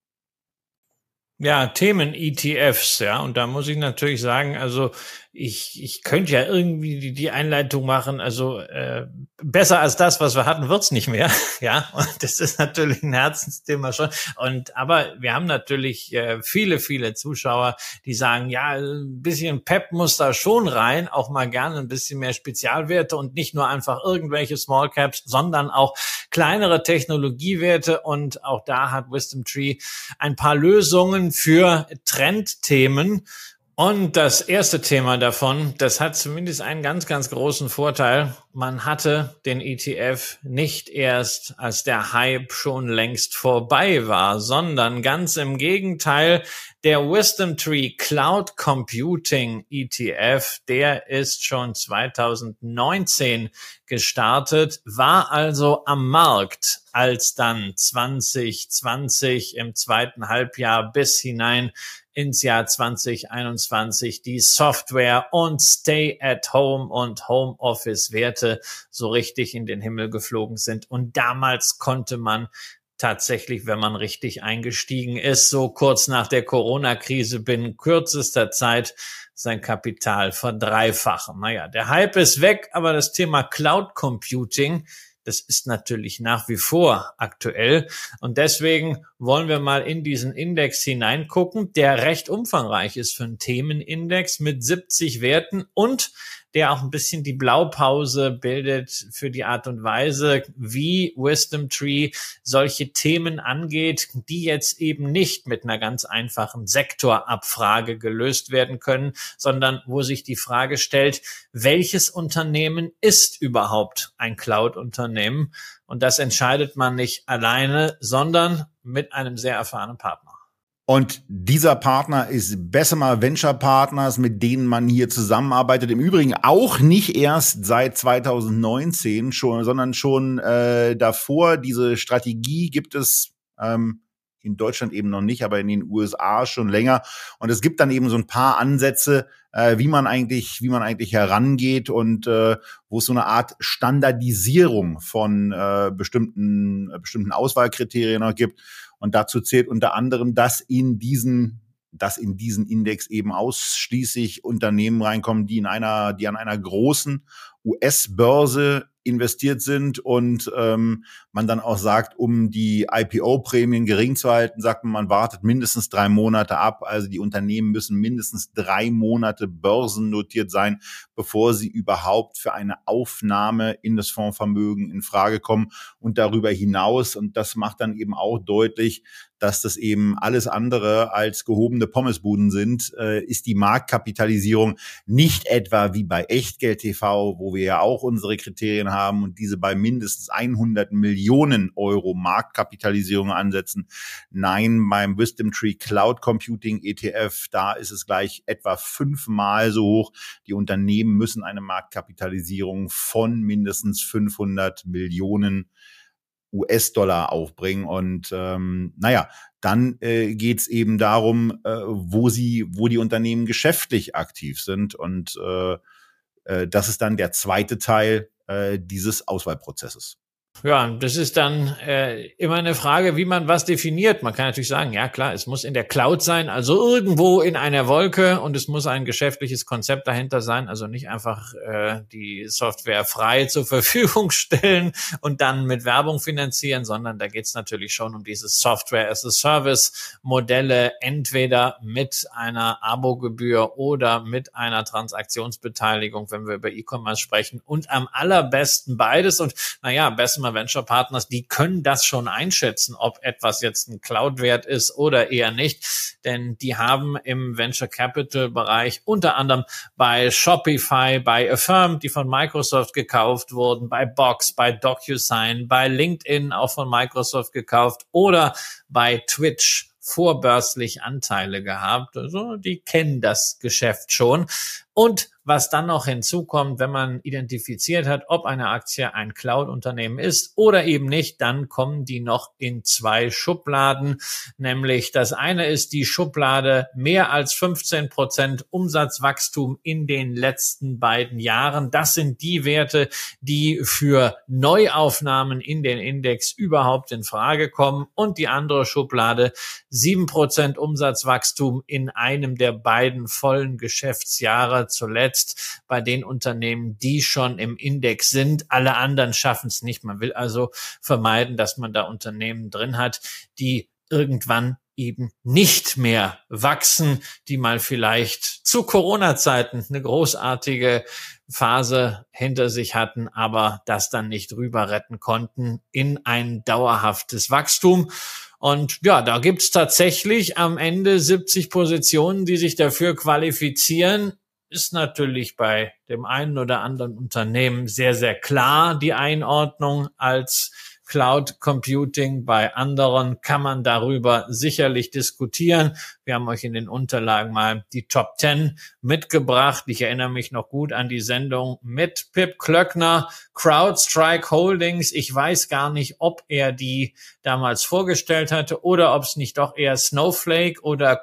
ja, Themen-ETFs, ja, und da muss ich natürlich sagen, also ich könnte ja irgendwie die Einleitung machen, also besser als das, was wir hatten, wird's nicht mehr, ja, und das ist natürlich ein Herzensthema schon, aber wir haben natürlich viele Zuschauer, die sagen, ja, ein bisschen Pep muss da schon rein, auch mal gerne ein bisschen mehr Spezialwerte und nicht nur einfach irgendwelche Small Caps, sondern auch kleinere Technologiewerte, und auch da hat WisdomTree ein paar Lösungen für Trendthemen. Und das erste Thema davon, das hat zumindest einen ganz, ganz großen Vorteil. Man hatte den ETF nicht erst, als der Hype schon längst vorbei war, sondern ganz im Gegenteil, der Wisdom Tree Cloud Computing ETF, der ist schon 2019 gestartet, war also am Markt, als dann 2020 im zweiten Halbjahr bis hinein ins Jahr 2021 die Software und Stay-at-Home und Homeoffice-Werte so richtig in den Himmel geflogen sind. Und damals konnte man tatsächlich, wenn man richtig eingestiegen ist, so kurz nach der Corona-Krise binnen kürzester Zeit sein Kapital verdreifachen. Naja, der Hype ist weg, aber das Thema Cloud Computing, das ist natürlich nach wie vor aktuell. Und deswegen wollen wir mal in diesen Index hineingucken, der recht umfangreich ist für einen Themenindex mit 70 Werten und der auch ein bisschen die Blaupause bildet für die Art und Weise, wie Wisdom Tree solche Themen angeht, die jetzt eben nicht mit einer ganz einfachen Sektorabfrage gelöst werden können, sondern wo sich die Frage stellt, welches Unternehmen ist überhaupt ein Cloud-Unternehmen? Und das entscheidet man nicht alleine, sondern mit einem sehr erfahrenen Partner. Und dieser Partner ist Bessemer Venture Partners, mit denen man hier zusammenarbeitet. Im Übrigen auch nicht erst seit 2019 schon, sondern schon davor. Diese Strategie gibt es in Deutschland eben noch nicht, aber in den USA schon länger. Und es gibt dann eben so ein paar Ansätze, wie man eigentlich herangeht und wo es so eine Art Standardisierung von bestimmten Auswahlkriterien noch gibt. Und dazu zählt unter anderem, dass in diesen Index eben ausschließlich Unternehmen reinkommen, die an einer großen US-Börse investiert sind und man dann auch sagt, um die IPO-Prämien gering zu halten, sagt man wartet mindestens 3 Monate ab. Also die Unternehmen müssen mindestens 3 Monate börsennotiert sein, bevor sie überhaupt für eine Aufnahme in das Fondsvermögen in Frage kommen und darüber hinaus. Und das macht dann eben auch deutlich, dass das eben alles andere als gehobene Pommesbuden sind, ist die Marktkapitalisierung nicht etwa wie bei Echtgeld TV, wo wir ja auch unsere Kriterien haben und diese bei mindestens 100 Millionen Euro Marktkapitalisierung ansetzen. Nein, beim Wisdom Tree Cloud Computing ETF, da ist es gleich etwa 5-mal so hoch. Die Unternehmen müssen eine Marktkapitalisierung von mindestens 500 Millionen US-Dollar aufbringen und dann geht's eben darum, wo die Unternehmen geschäftlich aktiv sind und das ist dann der zweite Teil dieses Auswahlprozesses. Ja, das ist dann immer eine Frage, wie man was definiert. Man kann natürlich sagen, ja klar, es muss in der Cloud sein, also irgendwo in einer Wolke und es muss ein geschäftliches Konzept dahinter sein, also nicht einfach die Software frei zur Verfügung stellen und dann mit Werbung finanzieren, sondern da geht es natürlich schon um diese Software-as-a-Service-Modelle, entweder mit einer Abogebühr oder mit einer Transaktionsbeteiligung, wenn wir über E-Commerce sprechen und am allerbesten beides und Bessemer Venture Partners, die können das schon einschätzen, ob etwas jetzt ein Cloud-Wert ist oder eher nicht, denn die haben im Venture Capital Bereich unter anderem bei Shopify, bei Affirm, die von Microsoft gekauft wurden, bei Box, bei DocuSign, bei LinkedIn auch von Microsoft gekauft oder bei Twitch vorbörslich Anteile gehabt. Also die kennen das Geschäft schon. Und was dann noch hinzukommt, wenn man identifiziert hat, ob eine Aktie ein Cloud-Unternehmen ist oder eben nicht, dann kommen die noch in 2 Schubladen. Nämlich das eine ist die Schublade mehr als 15% Umsatzwachstum in den letzten beiden Jahren. Das sind die Werte, die für Neuaufnahmen in den Index überhaupt in Frage kommen. Und die andere Schublade 7% Umsatzwachstum in einem der beiden vollen Geschäftsjahre zuletzt bei den Unternehmen, die schon im Index sind. Alle anderen schaffen es nicht. Man will also vermeiden, dass man da Unternehmen drin hat, die irgendwann eben nicht mehr wachsen, die mal vielleicht zu Corona-Zeiten eine großartige Phase hinter sich hatten, aber das dann nicht rüber retten konnten in ein dauerhaftes Wachstum. Und ja, da gibt's tatsächlich am Ende 70 Positionen, die sich dafür qualifizieren. Ist natürlich bei dem einen oder anderen Unternehmen sehr, sehr klar die Einordnung als Cloud Computing. Bei anderen kann man darüber sicherlich diskutieren. Wir haben euch in den Unterlagen mal die Top 10 mitgebracht. Ich erinnere mich noch gut an die Sendung mit Pip Klöckner, CrowdStrike Holdings. Ich weiß gar nicht, ob er die damals vorgestellt hatte oder ob es nicht doch eher Snowflake oder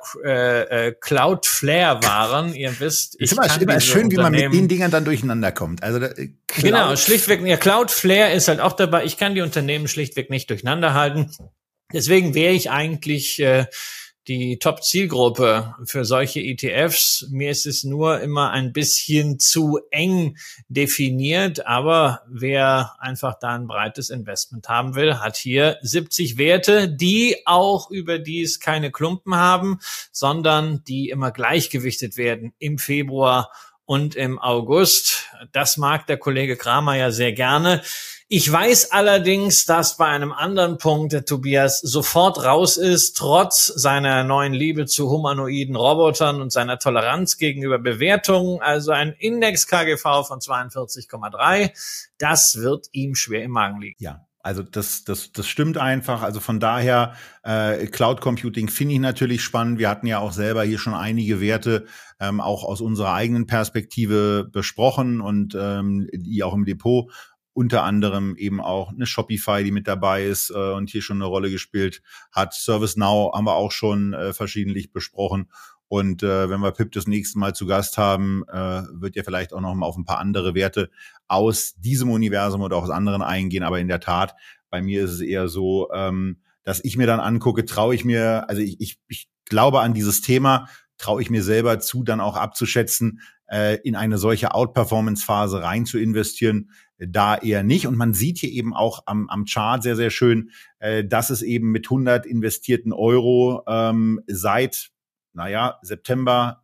Cloudflare waren. Ihr wisst, ich kann immer schön, wie man mit den Dingern dann durcheinander kommt. Also genau, schlichtweg, ja, Cloudflare ist halt auch dabei. Ich kann die Unternehmen schlichtweg nicht durcheinander halten. Deswegen wäre ich eigentlich die Top-Zielgruppe für solche ETFs. Mir ist es nur immer ein bisschen zu eng definiert, aber wer einfach da ein breites Investment haben will, hat hier 70 Werte, die auch überdies keine Klumpen haben, sondern die immer gleichgewichtet werden im Februar und im August. Das mag der Kollege Kramer ja sehr gerne. Ich weiß allerdings, dass bei einem anderen Punkt der Tobias sofort raus ist, trotz seiner neuen Liebe zu humanoiden Robotern und seiner Toleranz gegenüber Bewertungen. Also ein Index KGV von 42,3. Das wird ihm schwer im Magen liegen. Ja. Also das stimmt einfach. Also von daher, Cloud Computing finde ich natürlich spannend. Wir hatten ja auch selber hier schon einige Werte auch aus unserer eigenen Perspektive besprochen und die auch im Depot. Unter anderem eben auch eine Shopify, die mit dabei ist und hier schon eine Rolle gespielt hat. ServiceNow haben wir auch schon verschiedentlich besprochen. Und wenn wir Pip das nächste Mal zu Gast haben, wird ja vielleicht auch noch mal auf ein paar andere Werte aus diesem Universum oder auch aus anderen eingehen. Aber in der Tat, bei mir ist es eher so, dass ich mir dann angucke, traue ich mir, also ich glaube an dieses Thema, traue ich mir selber zu, dann auch abzuschätzen, in eine solche Outperformance-Phase rein zu investieren, da eher nicht. Und man sieht hier eben auch am Chart sehr, sehr schön, dass es eben mit 100 investierten Euro seit September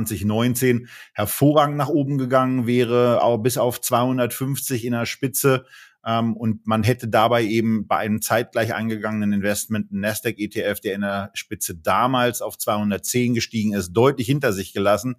2019 hervorragend nach oben gegangen wäre, auch bis auf 250 in der Spitze. Und man hätte dabei eben bei einem zeitgleich eingegangenen Investment einen Nasdaq-ETF, der in der Spitze damals auf 210 gestiegen ist, deutlich hinter sich gelassen.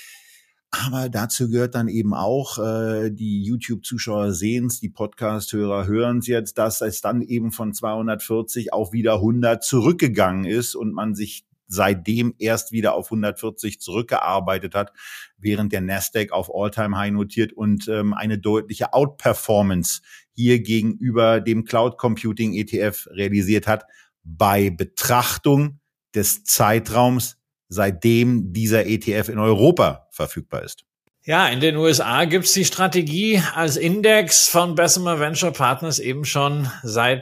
Aber dazu gehört dann eben auch, die YouTube-Zuschauer sehen es, die Podcast-Hörer hören es jetzt, dass es dann eben von 240 auf wieder 100 zurückgegangen ist und man sich seitdem erst wieder auf 140 zurückgearbeitet hat, während der Nasdaq auf All-Time-High notiert und eine deutliche Outperformance hier gegenüber dem Cloud-Computing-ETF realisiert hat, bei Betrachtung des Zeitraums, seitdem dieser ETF in Europa verfügbar ist. Ja, in den USA gibt's die Strategie als Index von Bessemer Venture Partners eben schon seit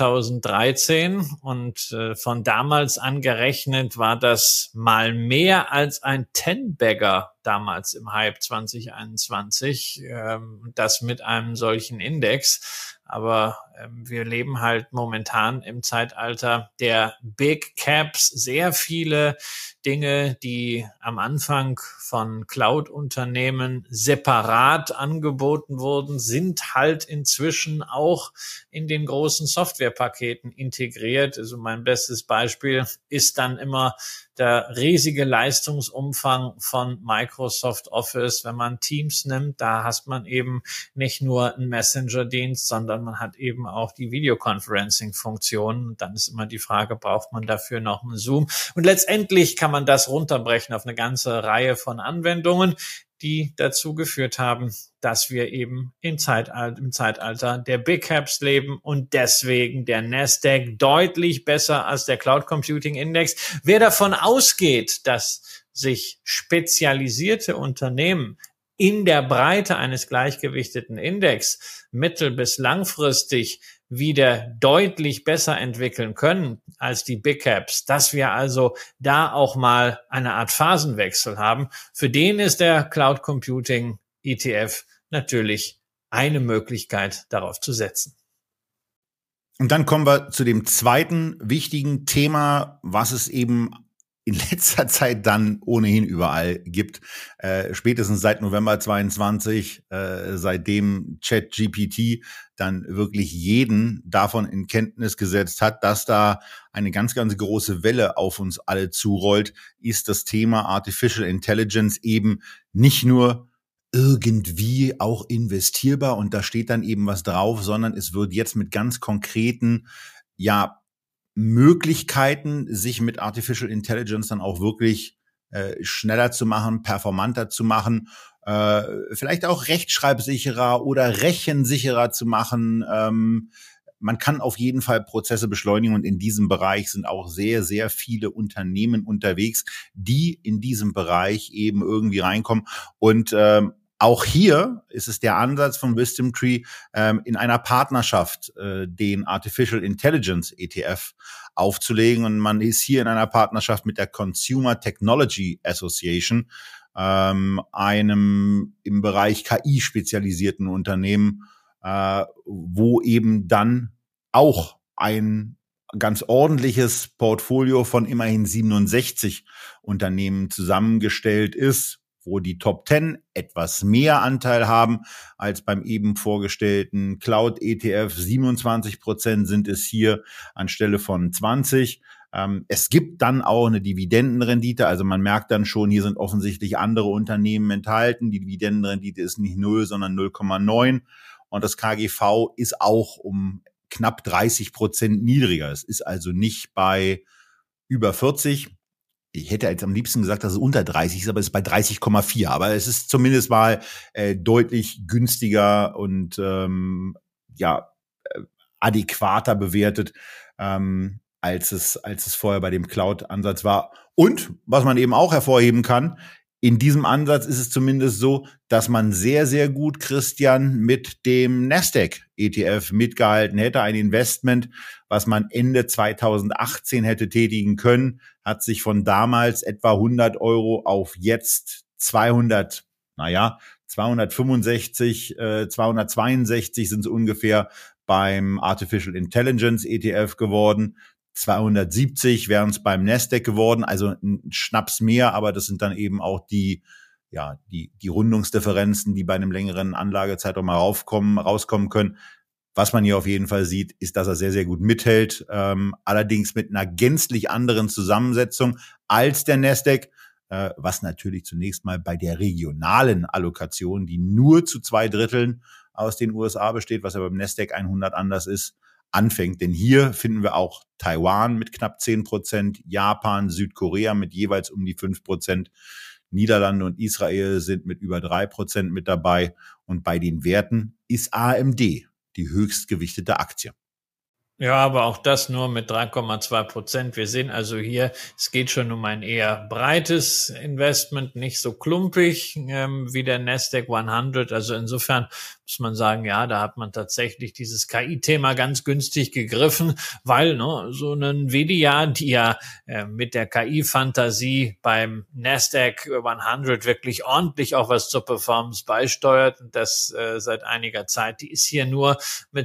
2013 und von damals angerechnet war das mal mehr als ein 10-Bagger damals im Hype 2021, das mit einem solchen Index. Aber wir leben halt momentan im Zeitalter der Big Caps. Sehr viele Dinge, die am Anfang von Cloud-Unternehmen separat angeboten wurden, sind halt inzwischen auch in den großen Softwarepaketen integriert. Also mein bestes Beispiel ist dann immer der riesige Leistungsumfang von Microsoft Office. Wenn man Teams nimmt, da hat man eben nicht nur einen Messenger-Dienst, sondern man hat eben auch die Videoconferencing-Funktion. Dann ist immer die Frage, braucht man dafür noch einen Zoom? Und letztendlich kann man das runterbrechen auf eine ganze Reihe von Anwendungen, die dazu geführt haben, dass wir eben im Zeitalter der Big Caps leben und deswegen der Nasdaq deutlich besser als der Cloud Computing Index. Wer davon ausgeht, dass sich spezialisierte Unternehmen in der Breite eines gleichgewichteten Index mittel- bis langfristig wieder deutlich besser entwickeln können als die Big Caps, dass wir also da auch mal eine Art Phasenwechsel haben, für den ist der Cloud Computing ETF natürlich eine Möglichkeit, darauf zu setzen. Und dann kommen wir zu dem zweiten wichtigen Thema, was es eben in letzter Zeit dann ohnehin überall gibt. Spätestens seit November 22, seitdem ChatGPT dann wirklich jeden davon in Kenntnis gesetzt hat, dass da eine ganz, ganz große Welle auf uns alle zurollt, ist das Thema Artificial Intelligence eben nicht nur irgendwie auch investierbar und da steht dann eben was drauf, sondern es wird jetzt mit ganz konkreten, Möglichkeiten, sich mit Artificial Intelligence dann auch wirklich schneller zu machen, performanter zu machen, vielleicht auch rechtschreibsicherer oder rechensicherer zu machen. Man kann auf jeden Fall Prozesse beschleunigen und in diesem Bereich sind auch sehr, sehr viele Unternehmen unterwegs, die in diesem Bereich eben irgendwie reinkommen und auch hier ist es der Ansatz von WisdomTree, in einer Partnerschaft den Artificial Intelligence ETF aufzulegen. Und man ist hier in einer Partnerschaft mit der Consumer Technology Association, einem im Bereich KI spezialisierten Unternehmen, wo eben dann auch ein ganz ordentliches Portfolio von immerhin 67 Unternehmen zusammengestellt ist, wo die Top 10 etwas mehr Anteil haben als beim eben vorgestellten Cloud-ETF. 27% sind es hier anstelle von 20. Es gibt dann auch eine Dividendenrendite, also man merkt dann schon, hier sind offensichtlich andere Unternehmen enthalten. Die Dividendenrendite ist nicht 0, sondern 0,9 und das KGV ist auch um knapp 30% niedriger. Es ist also nicht bei über 40. Ich hätte jetzt am liebsten gesagt, dass es unter 30 ist, aber es ist bei 30,4. Aber es ist zumindest mal deutlich günstiger und adäquater bewertet, als es vorher bei dem Cloud-Ansatz war. Und was man eben auch hervorheben kann, in diesem Ansatz ist es zumindest so, dass man sehr, sehr gut, Christian, mit dem Nasdaq-ETF mitgehalten hätte. Ein Investment, was man Ende 2018 hätte tätigen können, hat sich von damals etwa 100 € auf jetzt 265, 262 sind es ungefähr beim Artificial Intelligence ETF geworden. 270 wären es beim Nasdaq geworden, also ein Schnaps mehr, aber das sind dann eben auch die Rundungsdifferenzen, die bei einem längeren Anlagezeitraum mal rauskommen können. Was man hier auf jeden Fall sieht, ist, dass er sehr, sehr gut mithält, allerdings mit einer gänzlich anderen Zusammensetzung als der Nasdaq, was natürlich zunächst mal bei der regionalen Allokation, die nur zu 2/3 aus den USA besteht, was ja beim Nasdaq 100 anders ist, anfängt. Denn hier finden wir auch Taiwan mit knapp 10%, Japan, Südkorea mit jeweils um die 5%, Niederlande und Israel sind mit über 3% mit dabei. Und bei den Werten ist AMD die höchstgewichtete Aktie. Ja, aber auch das nur mit 3,2%. Wir sehen also hier, es geht schon um ein eher breites Investment, nicht so klumpig wie der Nasdaq 100. Also insofern muss man sagen, ja, da hat man tatsächlich dieses KI-Thema ganz günstig gegriffen, weil so ein Nvidia, die ja mit der KI-Fantasie beim Nasdaq 100 wirklich ordentlich auch was zur Performance beisteuert und das seit einiger Zeit, die ist hier nur mit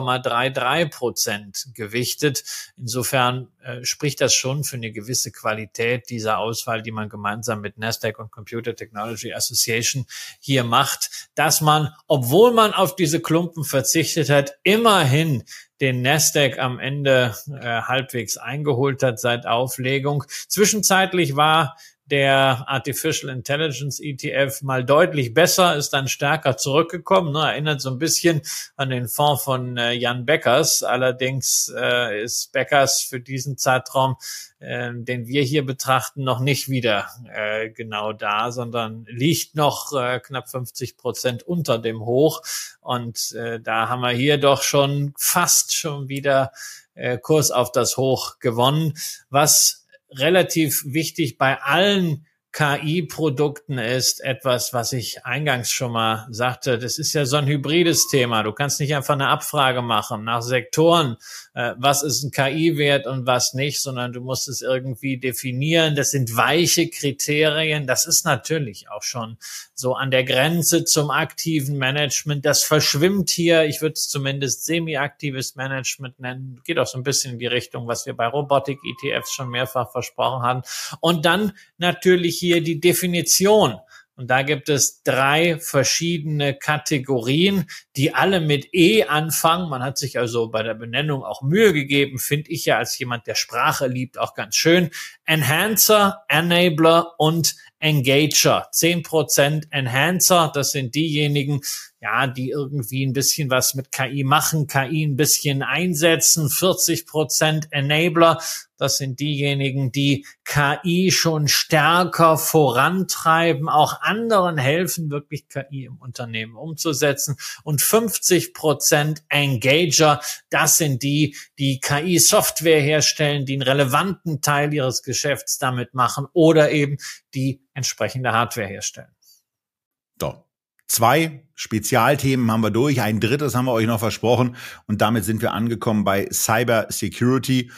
2,33% gewichtet. Insofern spricht das schon für eine gewisse Qualität dieser Auswahl, die man gemeinsam mit Nasdaq und Computer Technology Association hier macht, dass man, obwohl man auf diese Klumpen verzichtet hat, immerhin den Nasdaq am Ende halbwegs eingeholt hat seit Auflegung. Zwischenzeitlich war der Artificial Intelligence ETF mal deutlich besser, ist dann stärker zurückgekommen. Erinnert so ein bisschen an den Fonds von Jan Beckers. Allerdings ist Beckers für diesen Zeitraum, den wir hier betrachten, noch nicht wieder genau da, sondern liegt noch knapp 50% unter dem Hoch. Und da haben wir hier doch schon fast schon wieder Kurs auf das Hoch gewonnen, was relativ wichtig bei allen KI-Produkten ist etwas, was ich eingangs schon mal sagte. Das ist ja so ein hybrides Thema. Du kannst nicht einfach eine Abfrage machen nach Sektoren, was ist ein KI-Wert und was nicht, sondern du musst es irgendwie definieren. Das sind weiche Kriterien. Das ist natürlich auch schon so an der Grenze zum aktiven Management. Das verschwimmt hier. Ich würde es zumindest semi-aktives Management nennen. Geht auch so ein bisschen in die Richtung, was wir bei Robotik-ETFs schon mehrfach versprochen haben. Und dann natürlich hier die Definition. Und da gibt es 3 verschiedene Kategorien, die alle mit E anfangen. Man hat sich also bei der Benennung auch Mühe gegeben, finde ich ja als jemand, der Sprache liebt, auch ganz schön. Enhancer, Enabler und Engager. 10% Enhancer, das sind diejenigen, ja, die irgendwie ein bisschen was mit KI machen, KI ein bisschen einsetzen. 40% Enabler, das sind diejenigen, die KI schon stärker vorantreiben, auch anderen helfen, wirklich KI im Unternehmen umzusetzen. Und 50% Engager, das sind die, die KI-Software herstellen, die einen relevanten Teil ihres Geschäfts damit machen oder eben die entsprechende Hardware herstellen. So. 2 Spezialthemen haben wir durch. Ein drittes haben wir euch noch versprochen. Und damit sind wir angekommen bei Cyber Security,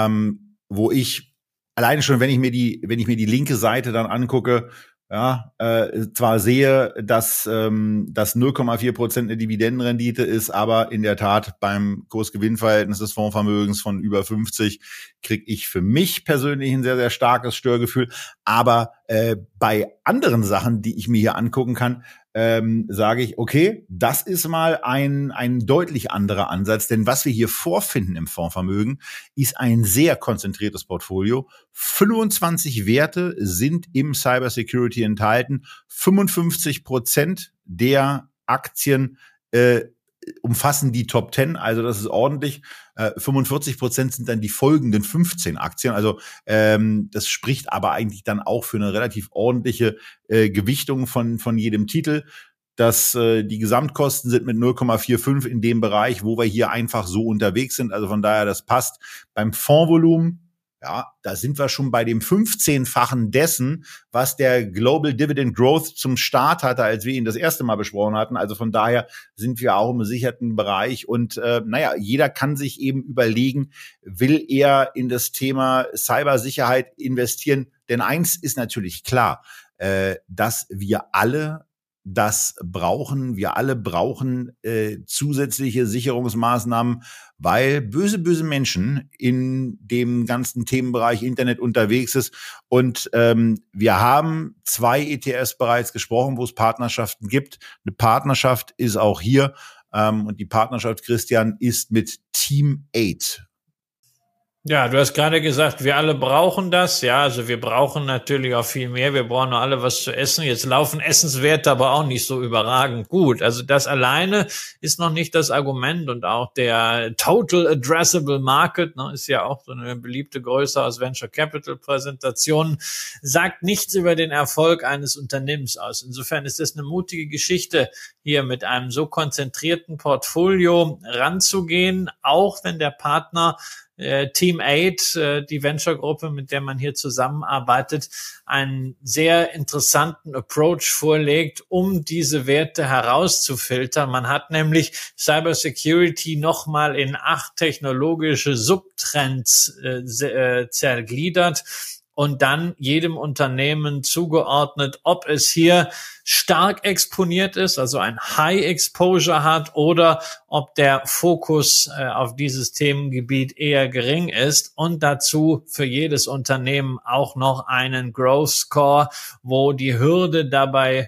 wo ich alleine schon, wenn ich mir die linke Seite dann angucke, ja, zwar sehe, dass das 0,4% eine Dividendenrendite ist, aber in der Tat beim Kurs-Gewinn-Verhältnis des Fondsvermögens von über 50 kriege ich für mich persönlich ein sehr, sehr starkes Störgefühl. Aber bei anderen Sachen, die ich mir hier angucken kann, sage ich, okay, das ist mal ein deutlich anderer Ansatz, denn was wir hier vorfinden im Fondsvermögen, ist ein sehr konzentriertes Portfolio. 25 Werte sind im Cybersecurity enthalten. 55% der Aktien umfassen die Top 10, also das ist ordentlich. 45% sind dann die folgenden 15 Aktien. Also das spricht aber eigentlich dann auch für eine relativ ordentliche Gewichtung von jedem Titel. Die Gesamtkosten sind mit 0,45 in dem Bereich, wo wir hier einfach so unterwegs sind. Also von daher, das passt. Beim Fondsvolumen, ja, da sind wir schon bei dem 15-fachen dessen, was der Global Dividend Growth zum Start hatte, als wir ihn das erste Mal besprochen hatten. Also von daher sind wir auch im gesicherten Bereich. Und jeder kann sich eben überlegen, will er in das Thema Cybersicherheit investieren? Denn eins ist natürlich klar, dass wir alle das brauchen. Wir alle brauchen zusätzliche Sicherungsmaßnahmen, weil böse Menschen in dem ganzen Themenbereich Internet unterwegs ist. Und wir haben 2 ETFs bereits gesprochen, wo es Partnerschaften gibt. Eine Partnerschaft ist auch hier. Und die Partnerschaft, Christian, ist mit Team 8. Ja, du hast gerade gesagt, wir alle brauchen das. Ja, also wir brauchen natürlich auch viel mehr. Wir brauchen nur alle was zu essen. Jetzt laufen Essenswerte aber auch nicht so überragend gut. Also das alleine ist noch nicht das Argument. Und auch der Total Addressable Market, ist ja auch so eine beliebte Größe aus Venture Capital Präsentationen, sagt nichts über den Erfolg eines Unternehmens aus. Insofern ist es eine mutige Geschichte, hier mit einem so konzentrierten Portfolio ranzugehen, auch wenn der Partner Team 8, die Venture-Gruppe, mit der man hier zusammenarbeitet, einen sehr interessanten Approach vorlegt, um diese Werte herauszufiltern. Man hat nämlich Cybersecurity nochmal in 8 technologische Subtrends zergliedert und dann jedem Unternehmen zugeordnet, ob es hier stark exponiert ist, also ein High Exposure hat, oder ob der Fokus auf dieses Themengebiet eher gering ist, und dazu für jedes Unternehmen auch noch einen Growth Score, wo die Hürde dabei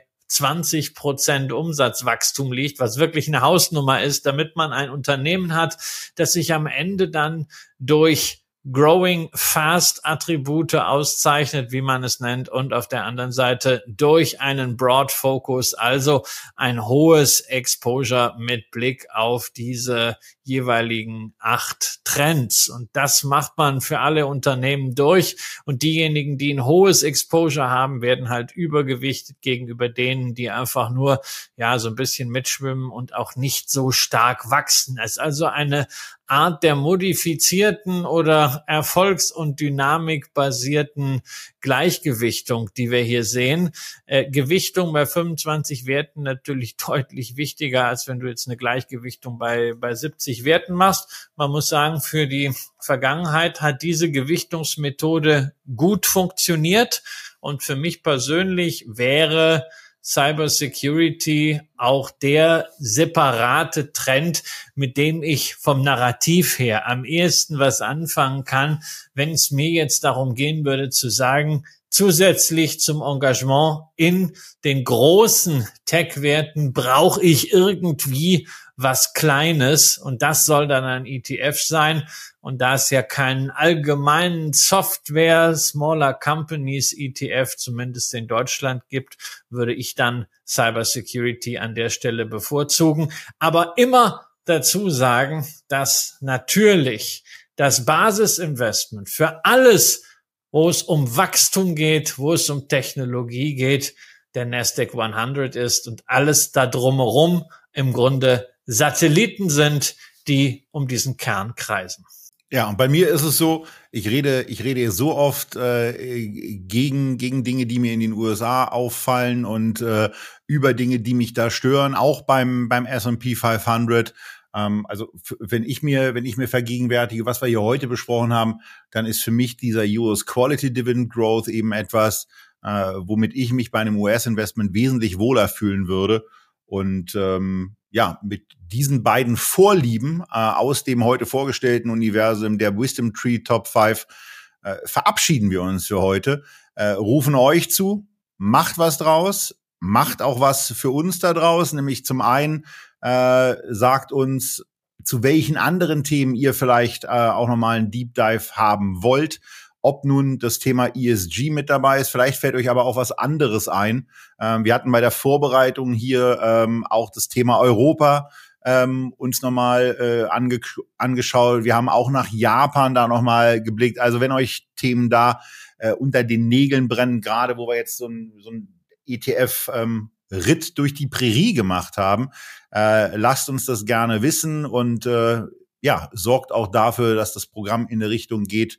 20% Umsatzwachstum liegt, was wirklich eine Hausnummer ist, damit man ein Unternehmen hat, das sich am Ende dann durch Growing Fast Attribute auszeichnet, wie man es nennt, und auf der anderen Seite durch einen Broad Focus, also ein hohes Exposure mit Blick auf diese jeweiligen 8 Trends. Und das macht man für alle Unternehmen durch. Und diejenigen, die ein hohes Exposure haben, werden halt übergewichtet gegenüber denen, die einfach nur so ein bisschen mitschwimmen und auch nicht so stark wachsen. Es ist also eine Art der modifizierten oder erfolgs- und dynamikbasierten Gleichgewichtung, die wir hier sehen. Gewichtung bei 25 Werten natürlich deutlich wichtiger, als wenn du jetzt eine Gleichgewichtung bei 70 Werten machst. Man muss sagen, für die Vergangenheit hat diese Gewichtungsmethode gut funktioniert. Und für mich persönlich wäre Cybersecurity auch der separate Trend, mit dem ich vom Narrativ her am ehesten was anfangen kann, wenn es mir jetzt darum gehen würde zu sagen, zusätzlich zum Engagement in den großen Tech-Werten brauche ich irgendwie was Kleines und das soll dann ein ETF sein. Und da es ja keinen allgemeinen Software Smaller Companies ETF, zumindest in Deutschland gibt, würde ich dann Cybersecurity an der Stelle bevorzugen. Aber immer dazu sagen, dass natürlich das Basisinvestment für alles, wo es um Wachstum geht, wo es um Technologie geht, der Nasdaq 100 ist und alles da drumherum im Grunde Satelliten sind, die um diesen Kern kreisen. Ja, und bei mir ist es so, ich rede so oft gegen Dinge, die mir in den USA auffallen und über Dinge, die mich da stören, auch beim S&P 500. Also wenn ich mir vergegenwärtige, was wir hier heute besprochen haben, dann ist für mich dieser US Quality Dividend Growth eben etwas, womit ich mich bei einem US-Investment wesentlich wohler fühlen würde. Und mit diesen beiden Vorlieben aus dem heute vorgestellten Universum der Wisdom Tree Top 5 verabschieden wir uns für heute, rufen euch zu, macht was draus, macht auch was für uns da draus, nämlich zum einen sagt uns, zu welchen anderen Themen ihr vielleicht auch nochmal einen Deep Dive haben wollt. Ob nun das Thema ESG mit dabei ist, vielleicht fällt euch aber auch was anderes ein. Wir hatten bei der Vorbereitung hier auch das Thema Europa uns nochmal angeschaut. Wir haben auch nach Japan da nochmal geblickt. Also wenn euch Themen da unter den Nägeln brennen, gerade wo wir jetzt so ein ETF Ritt durch die Prärie gemacht haben, lasst uns das gerne wissen und sorgt auch dafür, dass das Programm in eine Richtung geht,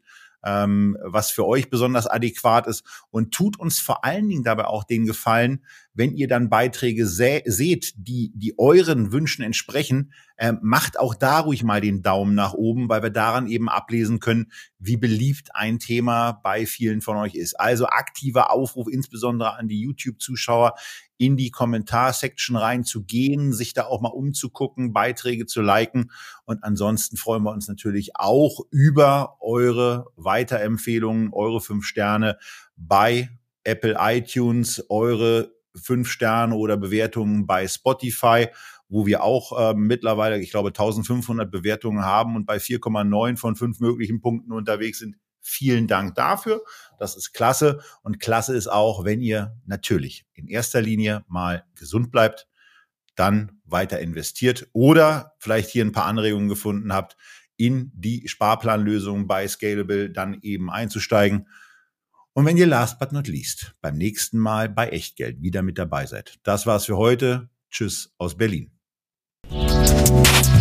was für euch besonders adäquat ist, und tut uns vor allen Dingen dabei auch den Gefallen, wenn ihr dann Beiträge seht, die euren Wünschen entsprechen, macht auch da ruhig mal den Daumen nach oben, weil wir daran eben ablesen können, wie beliebt ein Thema bei vielen von euch ist. Also aktiver Aufruf, insbesondere an die YouTube-Zuschauer, in die Kommentarsektion reinzugehen, sich da auch mal umzugucken, Beiträge zu liken. Und ansonsten freuen wir uns natürlich auch über eure Weiterempfehlungen, eure 5 Sterne bei Apple iTunes, eure 5 Sterne oder Bewertungen bei Spotify, wo wir auch mittlerweile, ich glaube, 1500 Bewertungen haben und bei 4,9 von 5 möglichen Punkten unterwegs sind. Vielen Dank dafür. Das ist klasse. Und klasse ist auch, wenn ihr natürlich in erster Linie mal gesund bleibt, dann weiter investiert oder vielleicht hier ein paar Anregungen gefunden habt, in die Sparplanlösung bei Scalable dann eben einzusteigen. Und wenn ihr last but not least beim nächsten Mal bei Echtgeld wieder mit dabei seid. Das war's für heute. Tschüss aus Berlin.